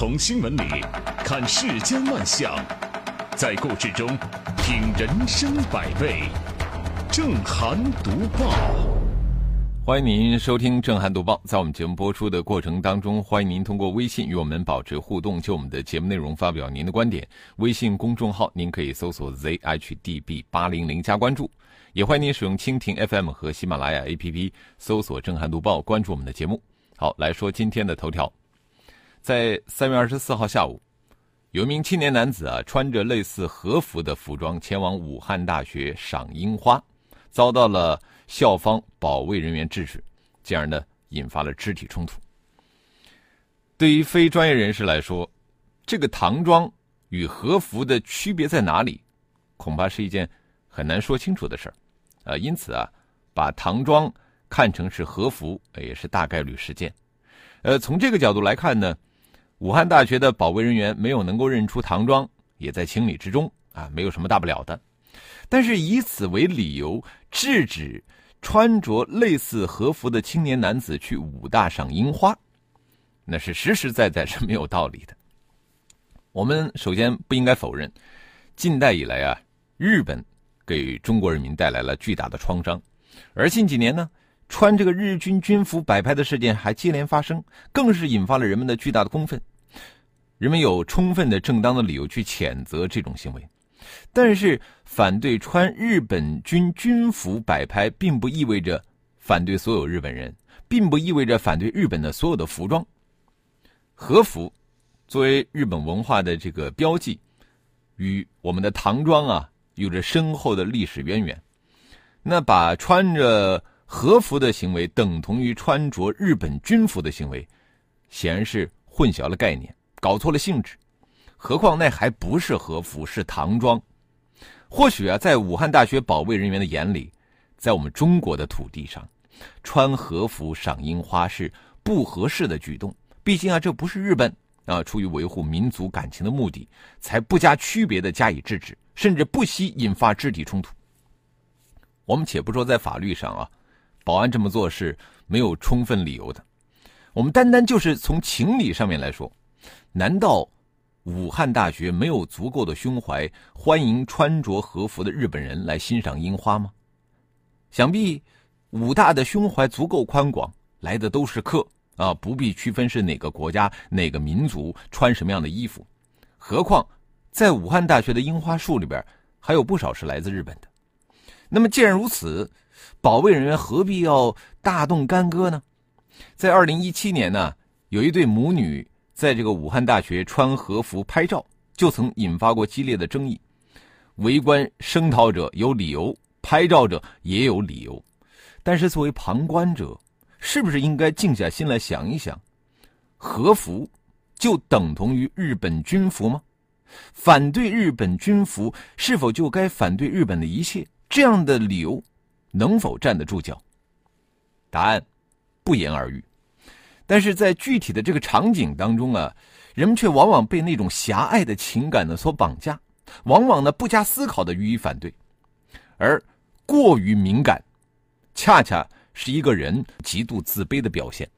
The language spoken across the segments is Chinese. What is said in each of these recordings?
从新闻里看世间万象，在故事中品人生百味。正涵读报， 欢迎您收听正涵读报。在我们节目播出的过程当中，欢迎您通过微信与我们保持互动，就我们的节目内容发表您的观点。微信公众号您可以搜索 ZHDB800 加关注，也欢迎您使用蜻蜓 FM 和喜马拉雅 APP 搜索正涵读报，关注我们的节目。好，来说今天的头条。在3月24号下午，有一名青年男子穿着类似和服的服装前往武汉大学赏樱花，遭到了校方保卫人员制止，进而呢引发了肢体冲突。对于非专业人士来说，这个唐装与和服的区别在哪里，恐怕是一件很难说清楚的事儿。因此把唐装看成是和服也是大概率事件。从这个角度来看呢，武汉大学的保卫人员没有能够认出唐装，也在情理之中没有什么大不了的。但是以此为理由制止穿着类似和服的青年男子去武大赏樱花，那是实实在在是没有道理的。我们首先不应该否认，近代以来日本给中国人民带来了巨大的创伤，而近几年呢，穿这个日军军服摆拍的事件还接连发生，更是引发了人们的巨大的公愤。人们有充分的正当的理由去谴责这种行为，但是反对穿日本军军服摆拍并不意味着反对所有日本人，并不意味着反对日本的所有的服装。和服作为日本文化的这个标记，与我们的唐装有着深厚的历史渊源。那把穿着和服的行为等同于穿着日本军服的行为，显然是混淆了概念，搞错了性质。何况那还不是和服，是唐装。或许在武汉大学保卫人员的眼里，在我们中国的土地上，穿和服赏樱花是不合适的举动。毕竟这不是日本出于维护民族感情的目的，才不加区别的加以制止，甚至不惜引发肢体冲突。我们且不说在法律上保安这么做是没有充分理由的，我们单单就是从情理上面来说，难道武汉大学没有足够的胸怀欢迎穿着和服的日本人来欣赏樱花吗？想必武大的胸怀足够宽广，来的都是客不必区分是哪个国家哪个民族穿什么样的衣服。何况在武汉大学的樱花树里边还有不少是来自日本的。那么既然如此，保卫人员何必要大动干戈呢？在2017年呢，有一对母女在这个武汉大学穿和服拍照，就曾引发过激烈的争议。围观声讨者有理由，拍照者也有理由，但是作为旁观者，是不是应该静下心来想一想，和服就等同于日本军服吗？反对日本军服是否就该反对日本的一切？这样的理由能否站得住脚？答案不言而喻。但是在具体的这个场景当中人们却往往被那种狭隘的情感呢所绑架，往往呢不加思考的予以反对。而过于敏感，恰恰是一个人极度自卑的表现。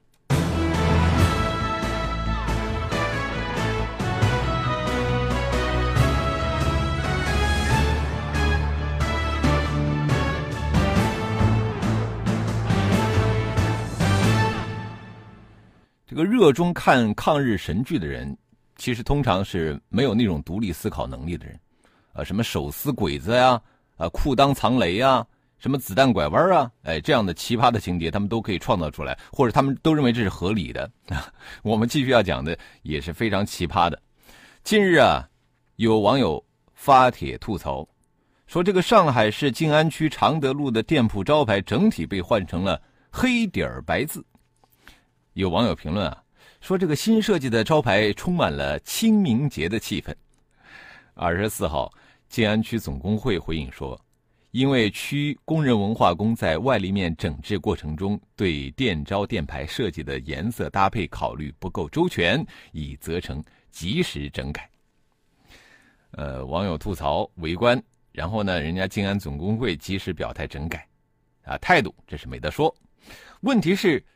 这个热衷看抗日神剧的人，其实通常是没有那种独立思考能力的人，什么手撕鬼子呀，裤裆藏雷呀，什么子弹拐弯这样的奇葩的情节，他们都可以创造出来，或者他们都认为这是合理的。我们继续要讲的也是非常奇葩的。近日有网友发帖吐槽，说这个上海市静安区常德路的店铺招牌整体被换成了黑点白字。有网友评论说这个新设计的招牌充满了清明节的气氛。24号，静安区总工会回应说，因为区工人文化宫在外立面整治过程中对店招店牌设计的颜色搭配考虑不够周全，已责成及时整改。网友吐槽围观，然后呢，人家静安总工会及时表态整改态度这是没得说。问题是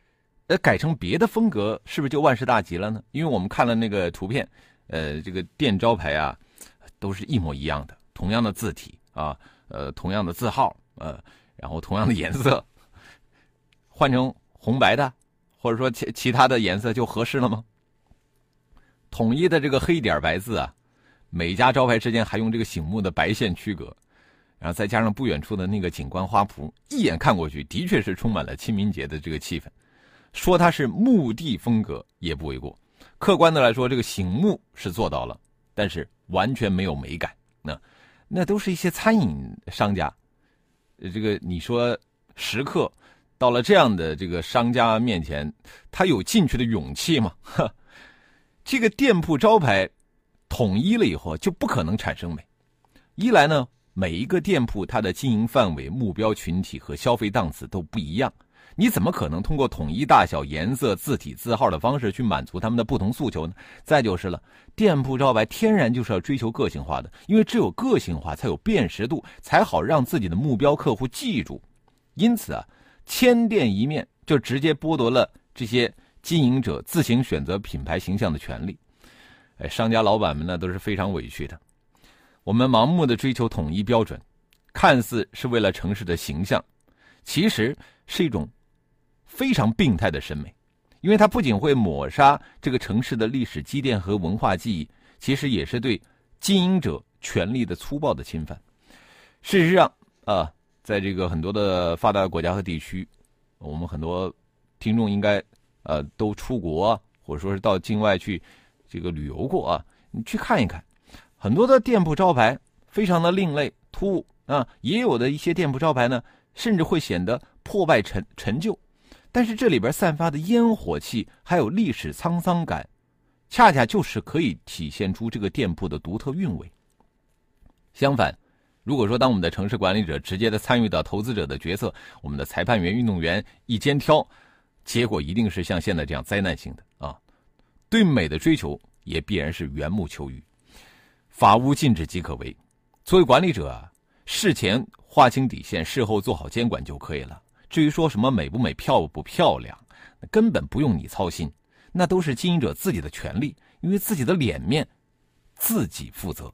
改成别的风格是不是就万事大吉了呢？因为我们看了那个图片，这个店招牌啊，都是一模一样的，同样的字体啊，同样的字号，然后同样的颜色，换成红白的，或者说其他的颜色就合适了吗？统一的这个黑点白字啊，每家招牌之间还用这个醒目的白线区隔，然后再加上不远处的那个景观花圃，一眼看过去的确是充满了清明节的这个气氛。说它是墓地风格也不为过。客观的来说，这个醒目是做到了，但是完全没有美感。那都是一些餐饮商家，这个你说食客到了这样的这个商家面前，他有进去的勇气吗？这个店铺招牌统一了以后就不可能产生美。一来呢，每一个店铺它的经营范围、目标群体和消费档次都不一样，你怎么可能通过统一大小、颜色、字体、字号的方式去满足他们的不同诉求呢？再就是了，店铺招牌天然就是要追求个性化的，因为只有个性化才有辨识度，才好让自己的目标客户记住。因此啊，千店一面就直接剥夺了这些经营者自行选择品牌形象的权利。商家老板们呢都是非常委屈的。我们盲目的追求统一标准，看似是为了城市的形象，其实是一种非常病态的审美，因为它不仅会抹杀这个城市的历史积淀和文化记忆，其实也是对经营者权力的粗暴的侵犯。事实上在这个很多的发达国家和地区，我们很多听众应该都出国或者说是到境外去这个旅游过啊，你去看一看，很多的店铺招牌非常的另类突兀也有的一些店铺招牌呢，甚至会显得破败陈旧，但是这里边散发的烟火气还有历史沧桑感，恰恰就是可以体现出这个店铺的独特韵味。相反，如果说当我们的城市管理者直接的参与到投资者的角色，我们的裁判员、运动员一肩挑，结果一定是像现在这样灾难性的对美的追求也必然是缘木求鱼，法无禁止即可为。作为管理者事前划清底线，事后做好监管就可以了。至于说什么美不美、漂不漂亮，根本不用你操心，那都是经营者自己的权利，因为自己的脸面自己负责。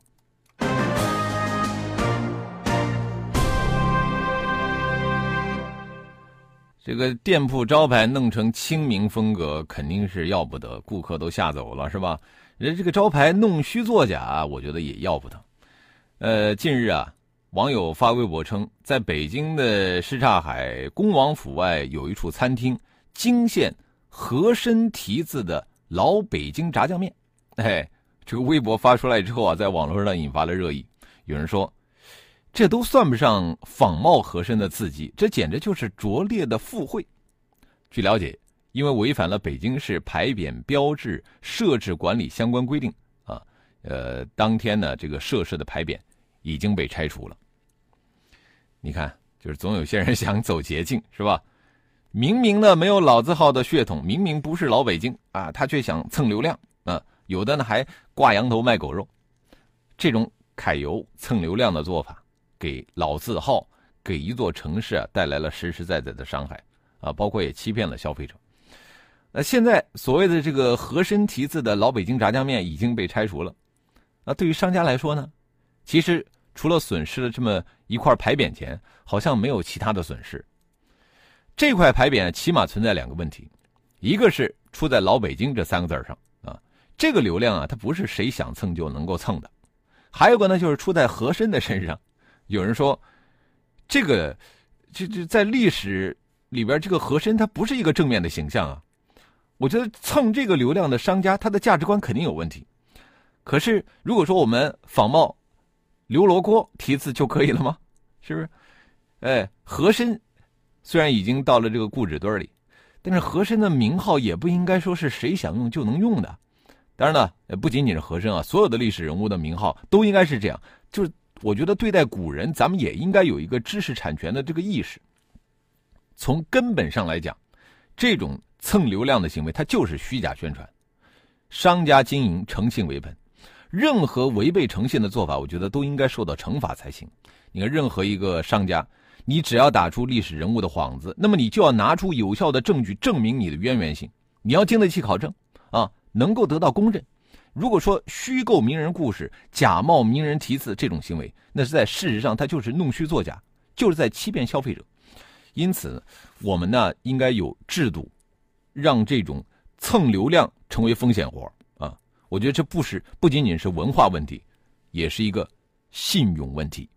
这个店铺招牌弄成清明风格肯定是要不得，顾客都吓走了是吧？人这个招牌弄虚作假，我觉得也要不得。近日网友发微博称，在北京的什刹海恭王府外有一处餐厅惊现和珅题字的老北京炸酱面。这个微博发出来之后在网络上引发了热议。有人说，这都算不上仿冒和珅的字迹，这简直就是拙劣的附会。据了解，因为违反了北京市牌匾标志设置管理相关规定当天呢，这个设施的牌匾已经被拆除了。你看，就是总有些人想走捷径是吧？明明呢没有老字号的血统，明明不是老北京他却想蹭流量有的呢还挂羊头卖狗肉。这种揩油蹭流量的做法，给老字号、给一座城市带来了实实在在的伤害包括也欺骗了消费者。现在所谓的这个和珅题字的老北京炸酱面已经被拆除了。对于商家来说呢，其实除了损失了这么一块牌匾钱，好像没有其他的损失。这块牌匾起码存在两个问题，一个是出在老北京这三个字上这个流量它不是谁想蹭就能够蹭的。还有个呢，就是出在和珅的身上。有人说，这在历史里边，这个和珅他不是一个正面的形象我觉得蹭这个流量的商家，他的价值观肯定有问题。可是如果说我们仿冒刘罗锅题字就可以了吗？是不是？和珅虽然已经到了这个故纸堆里，但是和珅的名号也不应该说是谁想用就能用的。当然了，不仅仅是和珅所有的历史人物的名号都应该是这样。就是我觉得对待古人，咱们也应该有一个知识产权的这个意识。从根本上来讲，这种蹭流量的行为，它就是虚假宣传。商家经营诚信为本，任何违背诚信的做法，我觉得都应该受到惩罚才行。你看，任何一个商家， 你只要打出历史人物的幌子，那么你就要拿出有效的证据证明你的渊源性，你要经得起考证啊，能够得到公认。如果说虚构名人故事、假冒名人题词这种行为，那是在事实上它就是弄虚作假，就是在欺骗消费者。因此我们呢应该有制度，让这种蹭流量成为风险活啊！我觉得这不仅仅是文化问题，也是一个信用问题。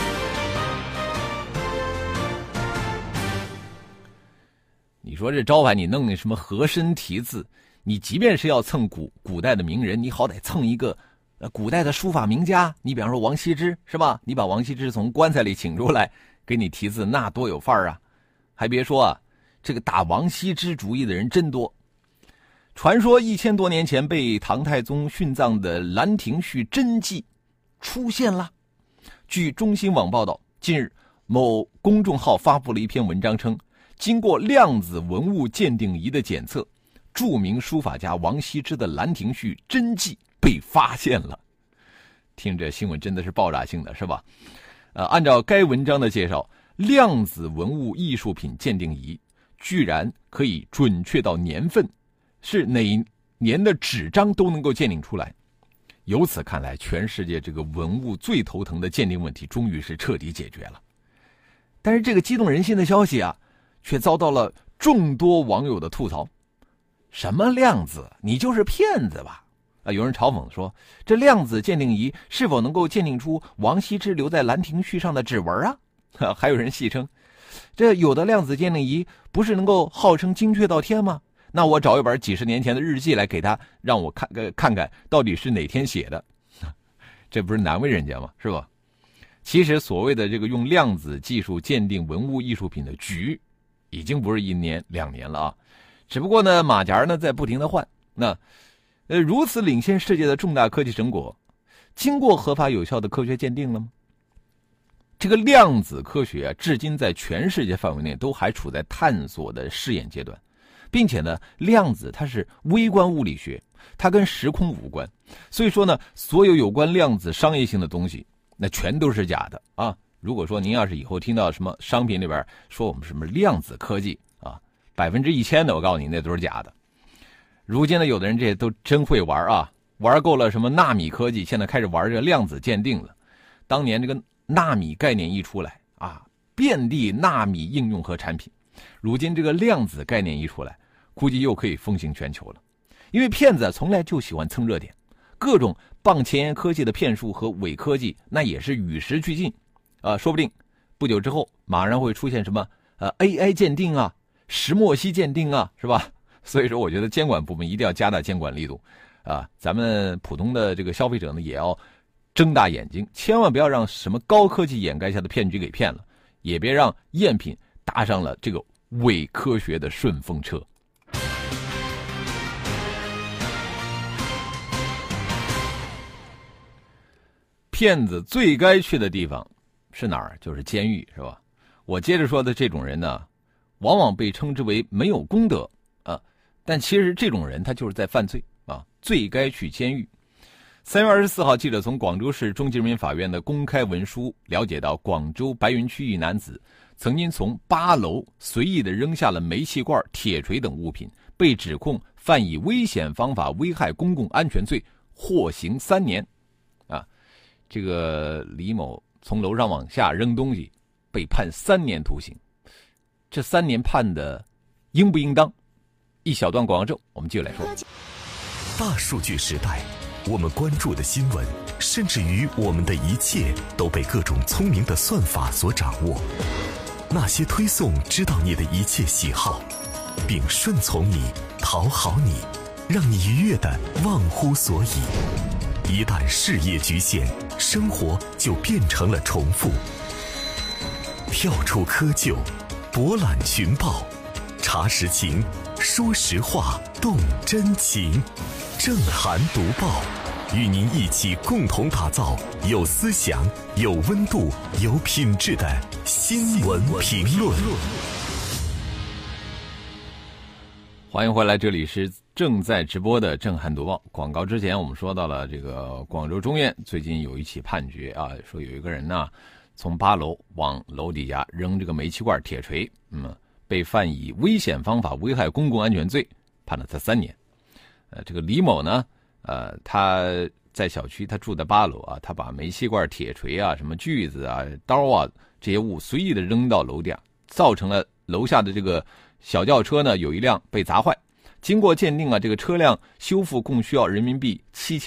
你说这招牌你弄那什么和珅题字，你即便是要蹭古代的名人，你好歹蹭一个古代的书法名家，你比方说王羲之是吧？你把王羲之从棺材里请出来给你题字，那多有范儿啊！还别说啊，这个打王羲之主意的人真多。传说1000多年前被唐太宗殉葬的《兰亭序》真迹出现了。据中新网报道，近日某公众号发布了一篇文章称，经过量子文物鉴定仪的检测，著名书法家王羲之的《兰亭序》真迹被发现了。听这新闻真的是爆炸性的，是吧？按照该文章的介绍，量子文物艺术品鉴定仪居然可以准确到年份，是哪年的纸张都能够鉴定出来。由此看来，全世界这个文物最头疼的鉴定问题终于是彻底解决了。但是这个激动人心的消息啊，却遭到了众多网友的吐槽。什么量子，你就是骗子吧？有人嘲讽说，这量子鉴定仪是否能够鉴定出王羲之留在《兰亭序》上的指纹啊？还有人戏称，这有的量子鉴定仪不是能够号称精确到天吗？那我找一本几十年前的日记来给他，让我看看到底是哪天写的，这不是难为人家吗？是吧？其实所谓的这个用量子技术鉴定文物艺术品的局，已经不是1年2年了啊，只不过呢马甲呢在不停的换。那如此领先世界的重大科技成果，经过合法有效的科学鉴定了吗？这个量子科学啊，至今在全世界范围内都还处在探索的试验阶段，并且呢，量子它是微观物理学，它跟时空无关，所以说呢，所有有关量子商业性的东西，那全都是假的啊！如果说您要是以后听到什么商品里边说我们什么量子科技啊，1000%的，我告诉你那都是假的。如今呢，有的人这都真会玩啊，玩够了什么纳米科技，现在开始玩这个量子鉴定了。当年这个纳米概念一出来啊，遍地纳米应用和产品。如今这个量子概念一出来，估计又可以风行全球了。因为骗子从来就喜欢蹭热点，各种傍前沿科技的骗术和伪科技，那也是与时俱进说不定不久之后马上会出现什么AI 鉴定啊、石墨烯鉴定啊，是吧？所以说我觉得监管部门一定要加大监管力度咱们普通的这个消费者呢也要睁大眼睛，千万不要让什么高科技掩盖下的骗局给骗了，也别让赝品搭上了这个伪科学的顺风车。骗子最该去的地方是哪儿？就是监狱，是吧？我接着说的这种人呢，往往被称之为没有公德但其实这种人他就是在犯罪最该去监狱。3月24号，记者从广州市中级人民法院的公开文书了解到，广州白云区一男子曾经从8楼随意地扔下了煤气罐、铁锤等物品，被指控犯以危险方法危害公共安全罪，获刑3年。这个李某从楼上往下扔东西，被判3年徒刑。这3年判的应不应当？一小段广告之后，我们继续来说。 大数据时代，我们关注的新闻，甚至于我们的一切，都被各种聪明的算法所掌握。那些推送知道你的一切喜好，并顺从你、讨好你，让你愉悦的忘乎所以。一旦事业局限，生活就变成了重复。跳出窠臼，博览群报，查实情，说实话，动真情。正涵读报，与您一起共同打造有思想、有温度、有品质的新闻评论。 欢迎回来，这里是正在直播的正涵读报。广告之前我们说到了这个广州中院最近有一起判决说有一个人呢从8楼往楼底下扔这个煤气罐、铁锤，被犯以危险方法危害公共安全罪，判了他3年。这个李某呢，他在小区，他住在8楼啊，他把煤气罐、铁锤啊、什么锯子啊、刀啊这些物随意的扔到楼底下，造成了楼下的这个小轿车呢有一辆被砸坏。经过鉴定啊，这个车辆修复共需要人民币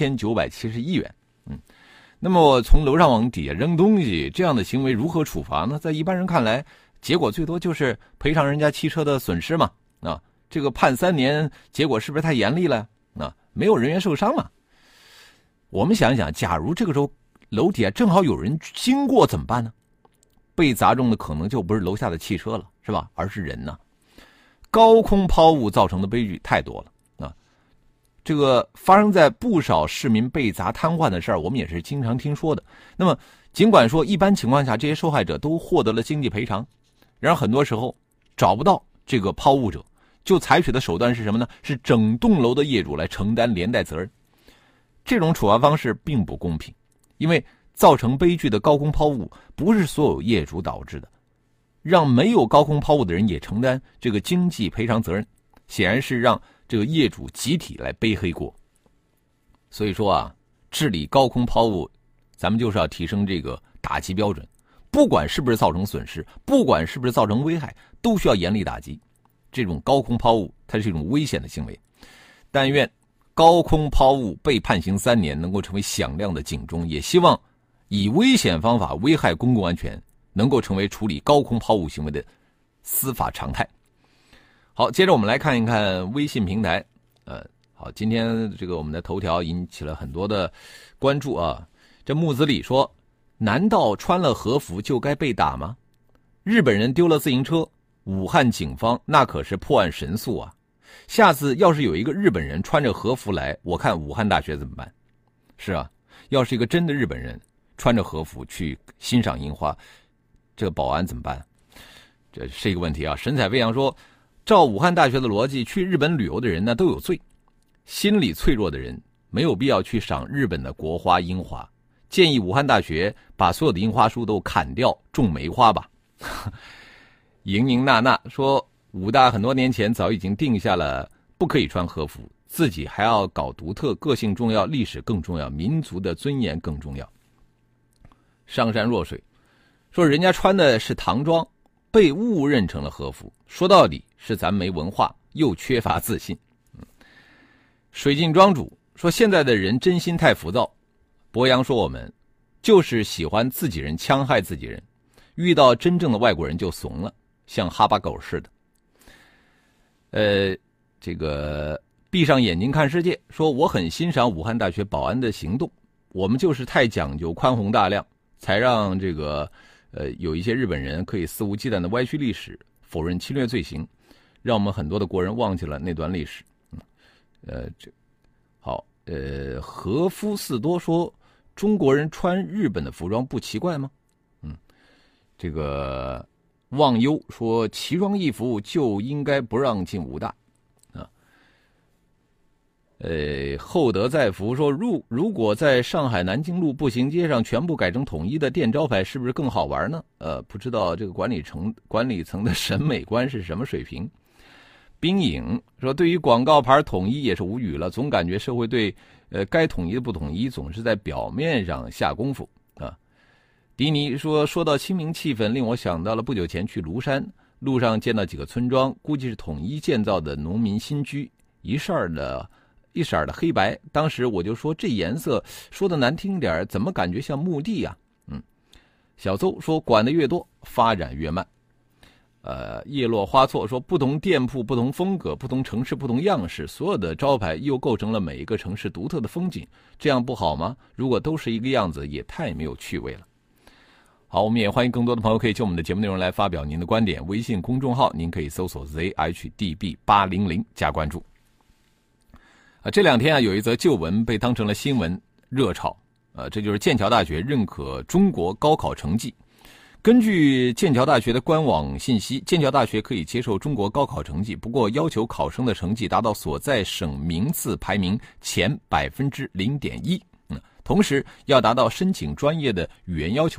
7971元。那么从楼上往底下扔东西，这样的行为如何处罚呢？在一般人看来，结果最多就是赔偿人家汽车的损失嘛。这个判3年，结果是不是太严厉了？没有人员受伤嘛。我们想一想，假如这个时候楼底下正好有人经过怎么办呢？被砸中的可能就不是楼下的汽车了，是吧？而是人呢。高空抛物造成的悲剧太多了。这个发生在不少市民被砸瘫痪的事儿，我们也是经常听说的。那么尽管说一般情况下这些受害者都获得了经济赔偿，然而很多时候找不到这个抛物者，就采取的手段是什么呢？是整栋楼的业主来承担连带责任。这种处罚方式并不公平，因为造成悲剧的高空抛物不是所有业主导致的，让没有高空抛物的人也承担这个经济赔偿责任，显然是让这个业主集体来背黑锅。所以说啊，治理高空抛物，咱们就是要提升这个打击标准，不管是不是造成损失，不管是不是造成危害，都需要严厉打击。这种高空抛物它是一种危险的行为，但愿高空抛物被判刑3年能够成为响亮的警钟，也希望以危险方法危害公共安全能够成为处理高空抛物行为的司法常态。好，接着我们来看一看微信平台。好，今天这个我们的头条引起了很多的关注啊。这木子李说，难道穿了和服就该被打吗？日本人丢了自行车，武汉警方那可是破案神速啊。下次要是有一个日本人穿着和服来，我看武汉大学怎么办？是啊，要是一个真的日本人穿着和服去欣赏樱花，这个保安怎么办？这是一个问题啊。神采飞扬说，照武汉大学的逻辑，去日本旅游的人呢都有罪，心理脆弱的人没有必要去赏日本的国花樱花，建议武汉大学把所有的樱花树都砍掉，种梅花吧。莹莹娜娜说，武大很多年前早已经定下了不可以穿和服，自己还要搞独特，个性重要，历史更重要，民族的尊严更重要。上善若水说，人家穿的是唐装，被误认成了和服，说到底是咱没文化，又缺乏自信。水镜庄主说，现在的人真心太浮躁。博洋说，我们就是喜欢自己人戕害自己人，遇到真正的外国人就怂了，像哈巴狗似的。这个闭上眼睛看世界说，我很欣赏武汉大学保安的行动，我们就是太讲究宽宏大量，才让这个有一些日本人可以肆无忌惮的歪曲历史，否认侵略罪行，让我们很多的国人忘记了那段历史。好，和夫四多说，中国人穿日本的服装不奇怪吗？这个忘忧说，奇装异服就应该不让进武大啊。厚德载福说，如果在上海南京路步行街上全部改成统一的店招牌，是不是更好玩呢？不知道这个管理层的审美观是什么水平。冰影说，对于广告牌统一也是无语了，总感觉社会对该统一的不统一总是在表面上下功夫啊。迪尼说，说到清明气氛，令我想到了不久前去庐山，路上见到几个村庄，估计是统一建造的农民新居，一色儿的黑白。当时我就说，这颜色说的难听点，怎么感觉像墓地啊？小邹说，管得越多，发展越慢。叶落花错说，不同店铺、不同风格、不同城市、不同样式，所有的招牌又构成了每一个城市独特的风景，这样不好吗？如果都是一个样子，也太没有趣味了。好，我们也欢迎更多的朋友可以就我们的节目内容来发表您的观点。微信公众号您可以搜索 ZHDB800 加关注。这两天有一则旧闻被当成了新闻热炒，这就是剑桥大学认可中国高考成绩。根据剑桥大学的官网信息，剑桥大学可以接受中国高考成绩，不过要求考生的成绩达到所在省名次排名前 0.1%，同时要达到申请专业的语言要求，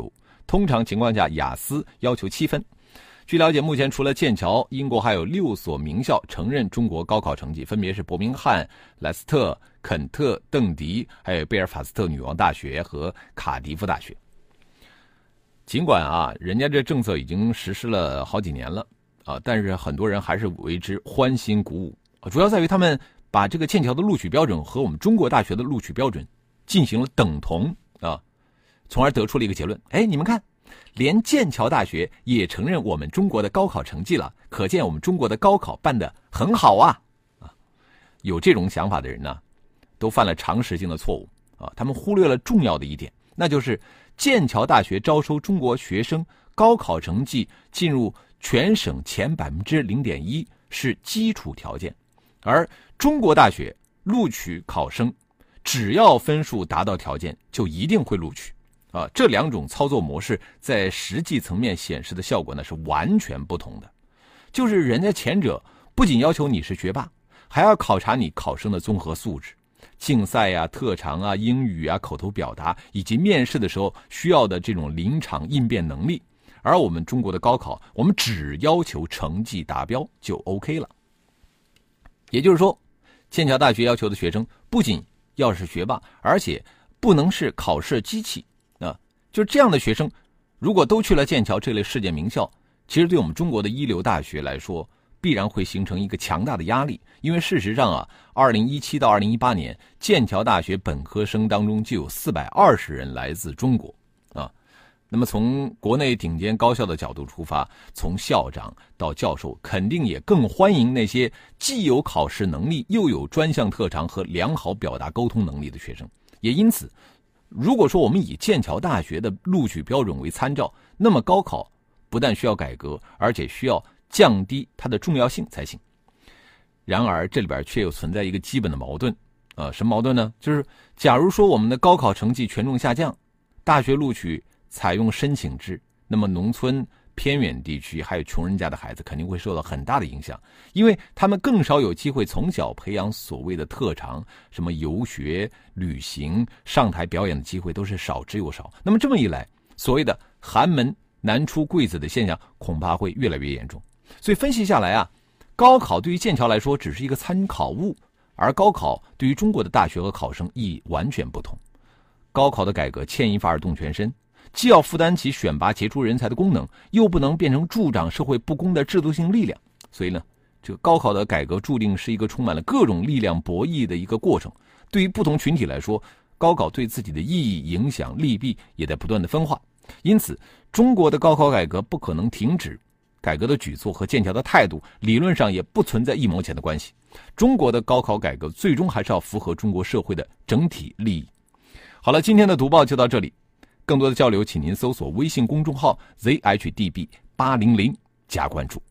通常情况下雅思要求7分。据了解，目前除了剑桥，英国还有6所名校承认中国高考成绩，分别是伯明翰、莱斯特、肯特、邓迪，还有贝尔法斯特女王大学和卡迪夫大学。尽管人家这政策已经实施了好几年了但是很多人还是为之欢欣鼓舞主要在于他们把这个剑桥的录取标准和我们中国大学的录取标准进行了等同从而得出了一个结论。你们看，连剑桥大学也承认我们中国的高考成绩了，可见我们中国的高考办得很好有这种想法的人呢，都犯了常识性的错误他们忽略了重要的一点，那就是剑桥大学招收中国学生高考成绩进入全省前 0.1% 是基础条件，而中国大学录取考生只要分数达到条件就一定会录取这两种操作模式在实际层面显示的效果呢是完全不同的。就是人家前者不仅要求你是学霸，还要考察你考生的综合素质，竞赛特长英语口头表达，以及面试的时候需要的这种临场应变能力。而我们中国的高考，我们只要求成绩达标就 OK 了。也就是说，剑桥大学要求的学生不仅要是学霸，而且不能是考试机器就这样的学生如果都去了剑桥这类世界名校，其实对我们中国的一流大学来说必然会形成一个强大的压力。因为事实上2017到2018年剑桥大学本科生当中就有420人来自中国那么从国内顶尖高校的角度出发，从校长到教授肯定也更欢迎那些既有考试能力又有专项特长和良好表达沟通能力的学生。也因此，如果说我们以剑桥大学的录取标准为参照，那么高考不但需要改革，而且需要降低它的重要性才行。然而这里边却又存在一个基本的矛盾什么矛盾呢？就是假如说我们的高考成绩权重下降，大学录取采用申请制，那么农村偏远地区还有穷人家的孩子肯定会受到很大的影响，因为他们更少有机会从小培养所谓的特长，什么游学、旅行、上台表演的机会都是少之又少。那么这么一来，所谓的寒门难出贵子的现象恐怕会越来越严重。所以分析下来高考对于剑桥来说只是一个参考物，而高考对于中国的大学和考生意义完全不同。高考的改革牵一发而动全身，既要负担起选拔杰出人才的功能，又不能变成助长社会不公的制度性力量。所以呢，这个高考的改革注定是一个充满了各种力量博弈的一个过程。对于不同群体来说，高考对自己的意义、影响、利弊也在不断的分化。因此，中国的高考改革不可能停止，改革的举措和剑桥的态度理论上也不存在1毛钱的关系。中国的高考改革最终还是要符合中国社会的整体利益。好了，今天的读报就到这里。更多的交流，请您搜索微信公众号 ZHDB800 加关注。